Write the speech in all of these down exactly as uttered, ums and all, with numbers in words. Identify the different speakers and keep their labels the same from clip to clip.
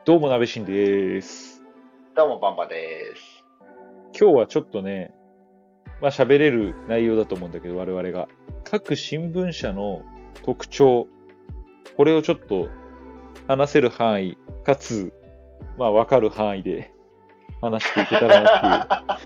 Speaker 1: どうも、なべしんです。
Speaker 2: どうも、バンバです。
Speaker 1: 今日はちょっとね、まあ喋れる内容だと思うんだけど、我々が。各新聞社の特徴、これをちょっと話せる範囲、かつ、まあわかる範囲で話していけたらなっていう。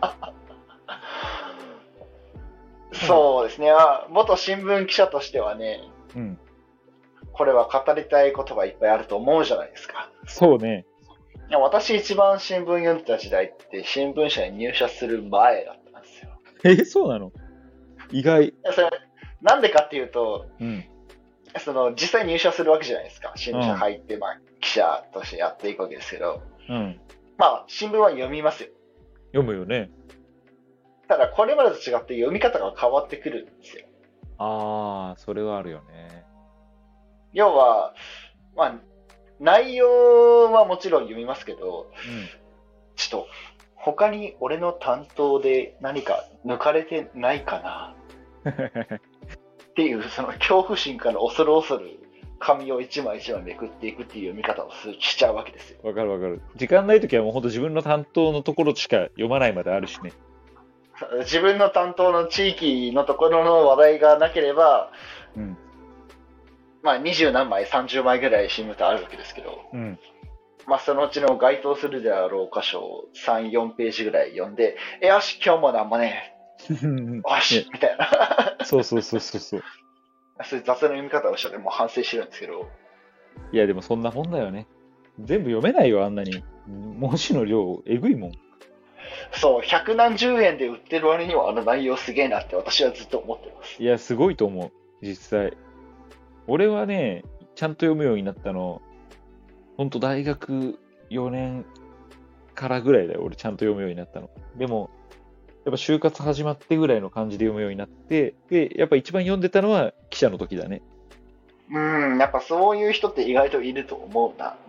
Speaker 1: まあ、
Speaker 2: そうですね。あ元新聞記者としてはね、
Speaker 1: うん。
Speaker 2: これは語りたいことがいっぱいあると思うじゃないですか。
Speaker 1: そうね。
Speaker 2: いや私一番新聞読んでた時代って新聞社に入社する前だったんですよ。
Speaker 1: え、そうなの？意外。
Speaker 2: いやそれなんでかっていうと、
Speaker 1: うん。
Speaker 2: その実際入社するわけじゃないですか。新聞社
Speaker 1: うん。
Speaker 2: 入って、まあ、記者としてやっていくわけですけど、
Speaker 1: うん。
Speaker 2: まあ、新聞は読みますよ。
Speaker 1: 読むよね。
Speaker 2: ただ、これまでと違って読み方が変わってくるんですよ。
Speaker 1: ああ、それはあるよね。
Speaker 2: 要は、まあ、内容はもちろん読みますけど、
Speaker 1: うん。
Speaker 2: ちょっと、他に俺の担当で何か抜かれてないかなっていう、その恐怖心から恐る恐る紙を一枚一枚めくっていくっていう読み方をしちゃうわけですよ。
Speaker 1: わかるわかる。時間ないときはもうほんと自分の担当のところしか読まないまであるしね。
Speaker 2: 自分の担当の地域のところの話題がなければ、
Speaker 1: うん。
Speaker 2: まあ二十何枚、さんじゅうまいぐらい新聞ってあるわけですけど、
Speaker 1: うん。
Speaker 2: まあそのうちの該当するであろう箇所をさん、よんページぐらい読んで、よし、今日もなんもねえ、よ
Speaker 1: ね、
Speaker 2: し、みたいな。
Speaker 1: そうそうそうそうそう。
Speaker 2: そういう雑な読み方をしててもう反省してるんですけど、
Speaker 1: いや、でもそんなもんだよね。全部読めないよ、あんなに。文字の量、えぐいもん。
Speaker 2: そう、百何十円で売ってる割にはあの内容すげえなって私はずっと思ってます。
Speaker 1: いや、すごいと思う。実際。俺はね、ちゃんと読むようになったの、ほんと大学よねんからぐらいだよ。俺ちゃんと読むようになったの。でも、やっぱ就活始まってぐらいの感じで読むようになって、で、やっぱ一番読んでたのは記者の時だね。
Speaker 2: うん、やっぱそういう人って意外といると思うな。
Speaker 1: うん。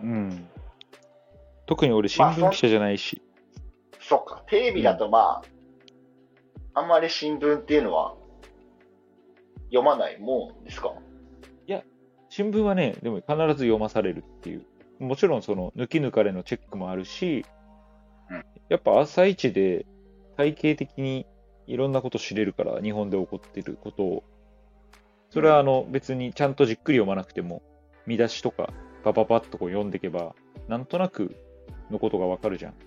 Speaker 1: 特に俺
Speaker 2: まあ、そん、
Speaker 1: 新聞記者じゃないし。
Speaker 2: そっか、テレビだ
Speaker 1: うん。
Speaker 2: とまあ、あんまり新聞っていうのは読まないもんですか？
Speaker 1: いや、新聞はね、でも必ず読まされるっていう。もちろんその抜き抜かれのチェックもあるし、
Speaker 2: うん。
Speaker 1: やっぱ朝一で体系的にいろんなこと知れるから、日本で起こってることを。そ
Speaker 2: うん。
Speaker 1: れはあの別にちゃんとじっくり読まなくても、見出しとかパパパッとこう読んでいけば、なんとなくのことがわかるじゃん。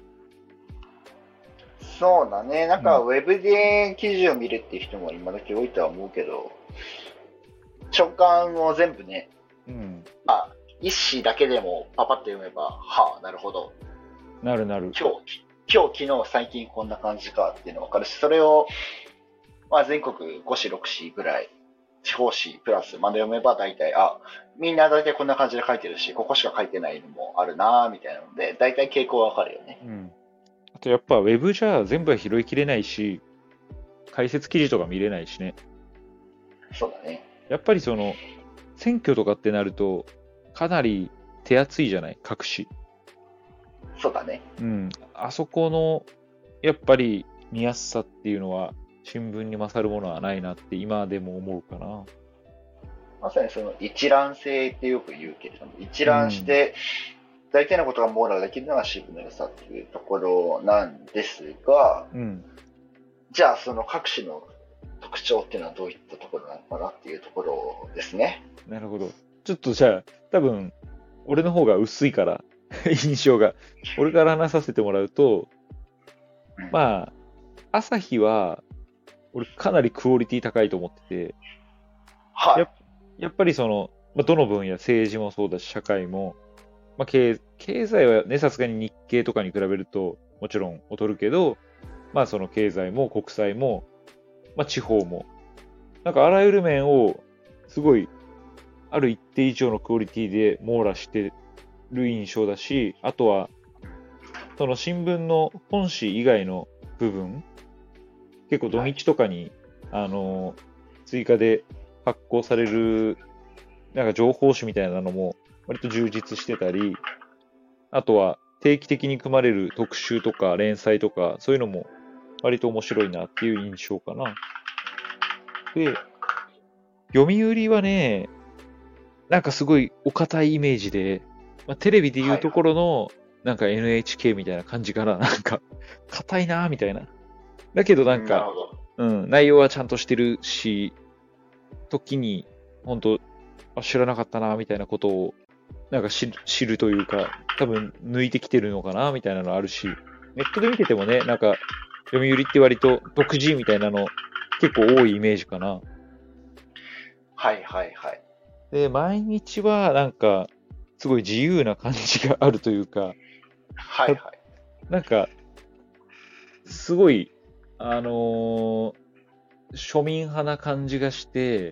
Speaker 2: そうだね。なんか、
Speaker 1: うん。
Speaker 2: ウェブで記事を見るっていう人も今時多いとは思うけど、直感を全部ね、
Speaker 1: うん。
Speaker 2: 一紙だけでもパパッと読めば、はあ、なるほど。
Speaker 1: なるなる。
Speaker 2: 今日、今日、昨日、最近こんな感じかっていうのが分かるし、それを、まあ、全国ご紙、ろく紙ぐらい、地方紙プラスまで読めば大体、あ、みんな大体こんな感じで書いてるし、ここしか書いてないのもあるなみたいなので、大体傾向はわかるよね。
Speaker 1: うん。あとやっぱウェブじゃ全部は拾いきれないし、解説記事とか見れないしね。
Speaker 2: そうだね。
Speaker 1: やっぱりその、選挙とかってなると、かなり手厚いじゃない、各紙。
Speaker 2: そうだね。
Speaker 1: うん。あそこの、やっぱり見やすさっていうのは、新聞に勝るものはないなって今でも思うかな。
Speaker 2: まさにその一覧性ってよく言うけれども、一
Speaker 1: うん。
Speaker 2: 覧して、大体のことが網羅できるのが新聞の良さっていうところなんですが、
Speaker 1: うん。
Speaker 2: じゃあその各種の特徴っていうのはどういったところなのかなっていうところですね。
Speaker 1: なるほど。ちょっとじゃあ、多分、俺の方が薄いから、印象が。俺から話させてもらうと、
Speaker 2: うん。
Speaker 1: まあ、朝日は、俺かなりクオリティ高いと思ってて、やっ、
Speaker 2: はい。
Speaker 1: やっぱりその、まあ、どの分野、政治もそうだし、社会も、まあ、経、経済はね、さすがに日経とかに比べると、もちろん劣るけど、まあその経済も国際も、まあ地方も、なんかあらゆる面を、すごい、ある一定以上のクオリティで網羅してる印象だし、あとは、その新聞の本紙以外の部分、結構土
Speaker 2: はい。
Speaker 1: 日とかに、あの、追加で発行される、なんか情報誌みたいなのも割と充実してたり、あとは定期的に組まれる特集とか連載とか、そういうのも割と面白いなっていう印象かな。で、読売はね、なんかすごいお堅いイメージで、 まあ、テレビで言うとこ
Speaker 2: はい
Speaker 1: ろの、なんか エヌエイチケー みたいな感じかな。なんか、硬いなーみたいな。だけどな
Speaker 2: はい。
Speaker 1: んか、
Speaker 2: なるほど。
Speaker 1: うん、内容はちゃんとしてるし、時に、本当あ、知らなかったなーみたいなことを、なんか知知るというか、多分抜いてきてるのかなみたいなのあるし、ネットで見ててもね、なんか、読売って割と独自みたいなの結構多いイメージかな。
Speaker 2: はいはいはい。
Speaker 1: で、毎日はなんか、すごい自由な感じがあるというか、た
Speaker 2: はいはい。
Speaker 1: なんか、すごい、あのー庶民派な感じがして、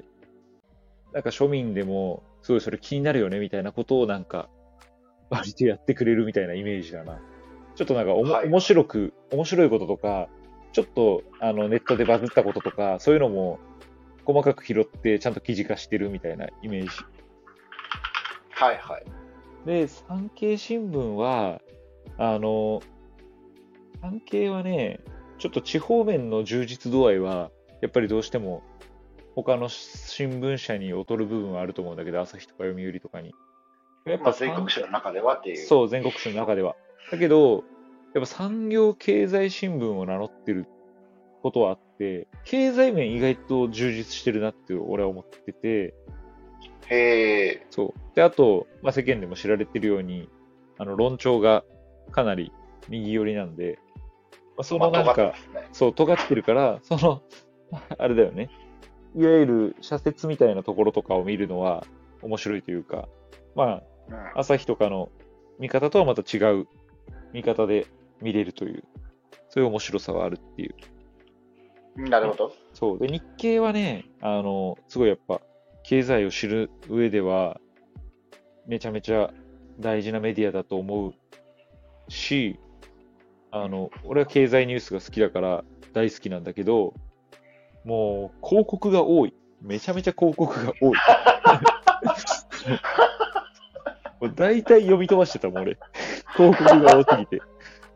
Speaker 1: なんか庶民でも、すごいそれ気になるよねみたいなことをなんか、割とやってくれるみたいなイメージだな。ちょっとなんかおも
Speaker 2: はい
Speaker 1: 面白く、面白いこととか、ちょっとあのネットでバズったこととか、そういうのも細かく拾ってちゃんと記事化してるみたいなイメージ。
Speaker 2: はいはい。
Speaker 1: で、産経新聞は、あの、産経はね、ちょっと地方面の充実度合いは、やっぱりどうしても他の新聞社に劣る部分はあると思うんだけど、朝日とか読売とかに。やっ
Speaker 2: まあ全国
Speaker 1: ぱ産
Speaker 2: 紙の中ではっていう。
Speaker 1: そう、全国紙の中では。だけど、やっぱ産業経済新聞を名乗ってることはあって、経済面意外と充実してるなって俺は思ってて、
Speaker 2: へえ。
Speaker 1: そう。で、あと、まあ、世間でも知られてるように、あの、論調がかなり右寄りなんで、まあ、そ
Speaker 2: まあ尖って
Speaker 1: のなんか、
Speaker 2: ますね。
Speaker 1: そう、尖ってるから、その、あれだよね。いわゆる社説みたいなところとかを見るのは面白いというか、ま
Speaker 2: う
Speaker 1: あ、朝日とかの見方とはまた違う見方で見れるという、そういう面白さはあるっていう。
Speaker 2: ん。なるほど。
Speaker 1: そう。で、日経はね、あの、すごいやっぱ、経済を知る上では、めちゃめちゃ大事なメディアだと思うし、あの、俺は経済ニュースが好きだから大好きなんだけど、もう広告が多い。めちゃめちゃ広告が多い。もう大体読み飛ばしてたもん、俺。広告が多すぎて。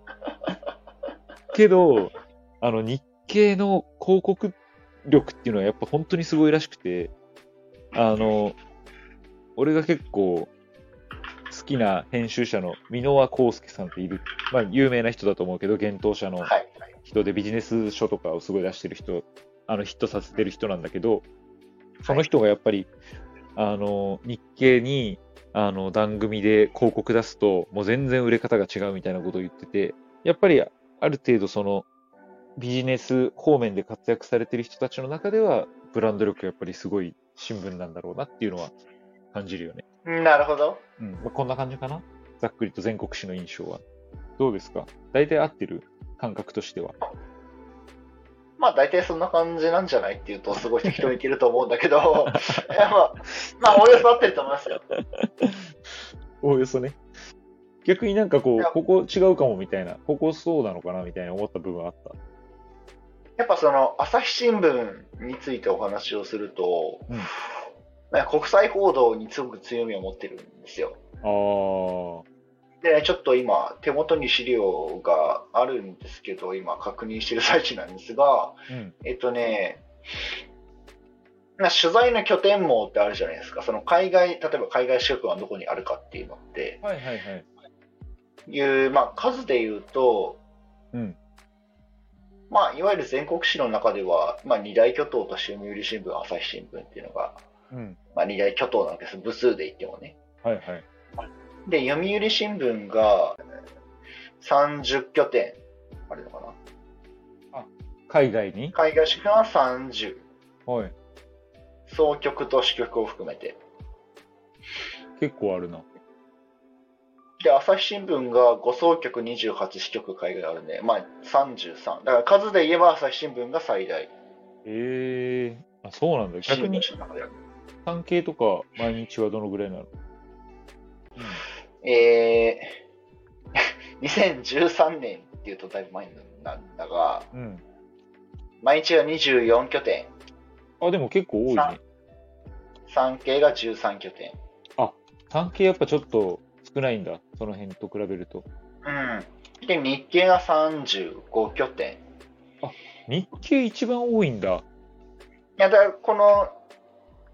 Speaker 1: けど、あの、日経の広告力っていうのはやっぱ本当にすごいらしくて、あの、俺が結構好きな編集者の箕輪康介さんっている、まあ有名な人だと思うけど、幻冬者の
Speaker 2: はい。
Speaker 1: 人でビジネス書とかをすごい出してる人、あのヒットさせてる人なんだけど、その人がやっぱり、あの、日経に、あの、番組で広告出すと、もう全然売れ方が違うみたいなことを言ってて、やっぱりある程度その、ビジネス方面で活躍されてる人たちの中では、ブランド力やっぱりすごい新聞なんだろうなっていうのは感じるよね。
Speaker 2: なるほど。
Speaker 1: うん。まあ、こんな感じかな。ざっくりと全国紙の印象は。どうですか？大体合ってる感覚としては。
Speaker 2: まあ大体そんな感じなんじゃないっていうとすごい適当に言ってると思うんだけど、いやまあ、まあおおよそ合ってると思いますよ。
Speaker 1: おおよそね。逆になんかこう、
Speaker 2: いや
Speaker 1: ここ違うかもみたいな、ここそうなのかなみたいな思った部分あった。
Speaker 2: やっぱその朝日新聞についてお話をすると、
Speaker 1: うん。
Speaker 2: なんか国際報道にすごく強みを持ってるんですよ。
Speaker 1: あー。
Speaker 2: で、ちょっと今手元に資料があるんですけど、今確認してる最中なんですが、
Speaker 1: うん。
Speaker 2: えっとね、な取材の拠点網ってあるじゃないですか。その海外、例えば海外支局はどこにあるかっていうのって、
Speaker 1: はいはいはい。
Speaker 2: いう、まあ数で言うと、
Speaker 1: うん。
Speaker 2: まあいわゆる全国紙の中では、まあ二大巨頭として読売新聞、朝日新聞っていうのが、
Speaker 1: うん。
Speaker 2: まあ二大巨頭なんです。部数で言ってもね。
Speaker 1: はいはい。
Speaker 2: で、読売新聞がさんじゅっ拠点あるのかな。
Speaker 1: あ、海外に
Speaker 2: 海外支局はさんじゅう。
Speaker 1: はい。
Speaker 2: 総局と支局を含めて。
Speaker 1: 結構あるな。
Speaker 2: で、朝日新聞がご総局にじゅうはち支局海外あるんで、まあさんじゅうさん。だから数で言えば朝日新聞が最大。
Speaker 1: ええー。あ、そうなんだ。逆
Speaker 2: 新聞
Speaker 1: に、
Speaker 2: 紙の中である。
Speaker 1: 産経とか毎日はどのぐらいなの？
Speaker 2: えー、にせんじゅうさんねんっていうとだいぶ前なんだが、
Speaker 1: うん。うん。
Speaker 2: 毎日がにじゅうよん拠点。
Speaker 1: あ、でも結構多いね。
Speaker 2: 産経がじゅうさん拠点。
Speaker 1: あ、産経やっぱちょっと少ないんだ。その辺と比べると。
Speaker 2: うん。で、日経がさんじゅうご拠点。い
Speaker 1: あ、日経一番多いんだ。
Speaker 2: や、だからこの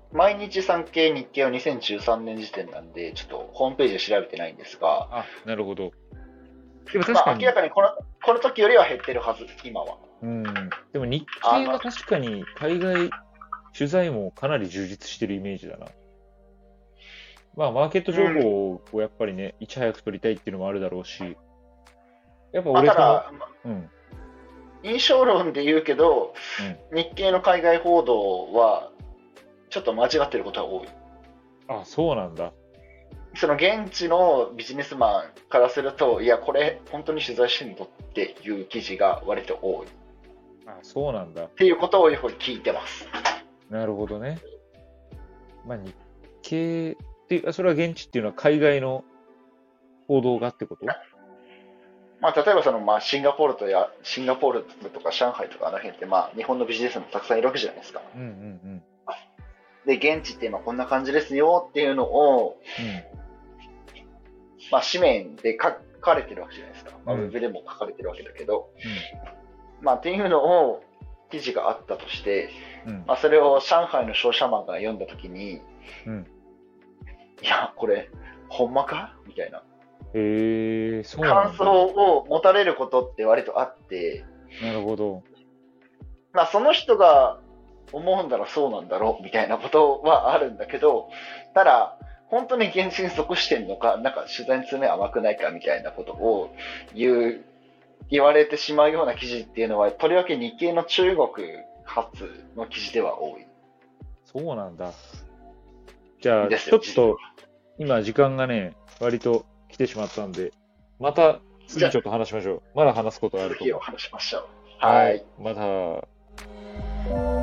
Speaker 2: 毎日産経、日経はにせんじゅうさんねん時点なんで、ちょっとホームページで調べてないんですが、
Speaker 1: あ、なるほど。でも確
Speaker 2: まあ、
Speaker 1: かに、
Speaker 2: 明らかにこのこの時よりは減ってるはず、今は。
Speaker 1: うん。でも日経は確かに海外取材もかなり充実してるイメージだな。まあ、マーケット情報をやっぱりね、いち早く取りたいっていうのもあるだろうし、やっぱ
Speaker 2: まあ、
Speaker 1: 俺その、
Speaker 2: ただ、
Speaker 1: うん、
Speaker 2: 印象論で言うけど、
Speaker 1: うん。
Speaker 2: 日経の海外報道は、ちょっと間違ってることが多い。
Speaker 1: あ、そうなんだ。
Speaker 2: その現地のビジネスマンからすると、いや、これ、本当に取材してんのっていう記事が割と多い。っ
Speaker 1: あ、そうなんだ。
Speaker 2: ていうことをよく聞いてます。
Speaker 1: なるほどね。まあ、日経っていう、あそれは現地っていうのは海外の報道がってこと？
Speaker 2: まあ、例えばその、まあ、シンガポールとや、シンガポールとか上海とかあの辺って、まあ、日本のビジネスマンもたくさんいるわけじゃないですか。
Speaker 1: うんうん
Speaker 2: で、現地って今こんな感じですよっていうのを、
Speaker 1: うん。うん。
Speaker 2: まあ、紙面で書かれてるわけじゃないですか。まあ、
Speaker 1: うん
Speaker 2: ウェブでも書かれてるわけだけど、
Speaker 1: うん
Speaker 2: まあ、っていうのを、記事があったとして、
Speaker 1: うん
Speaker 2: まあ、それを上海の商社マンが読んだときに、
Speaker 1: うん。
Speaker 2: いや、これ、ほんまかみたいな。
Speaker 1: へえ、そうなんだ。
Speaker 2: 感想を持たれることって割とあって、
Speaker 1: なるほど。
Speaker 2: まあ、その人が思うんだらそうなんだろうみたいなことはあるんだけど、ただ、本当に現実に即してんのか、なんか取材に詰め甘くないかみたいなことを言う、言われてしまうような記事っていうのは、とりわけ日系の中国発の記事では多い。
Speaker 1: そうなんだ。じゃあ、
Speaker 2: ですよ
Speaker 1: ちょっと、今時間がね、割と来てしまったんで、また次ちょっと話しましょう。まだ話すことあると
Speaker 2: 次を
Speaker 1: 思う。
Speaker 2: 話しましょう。はい。
Speaker 1: また。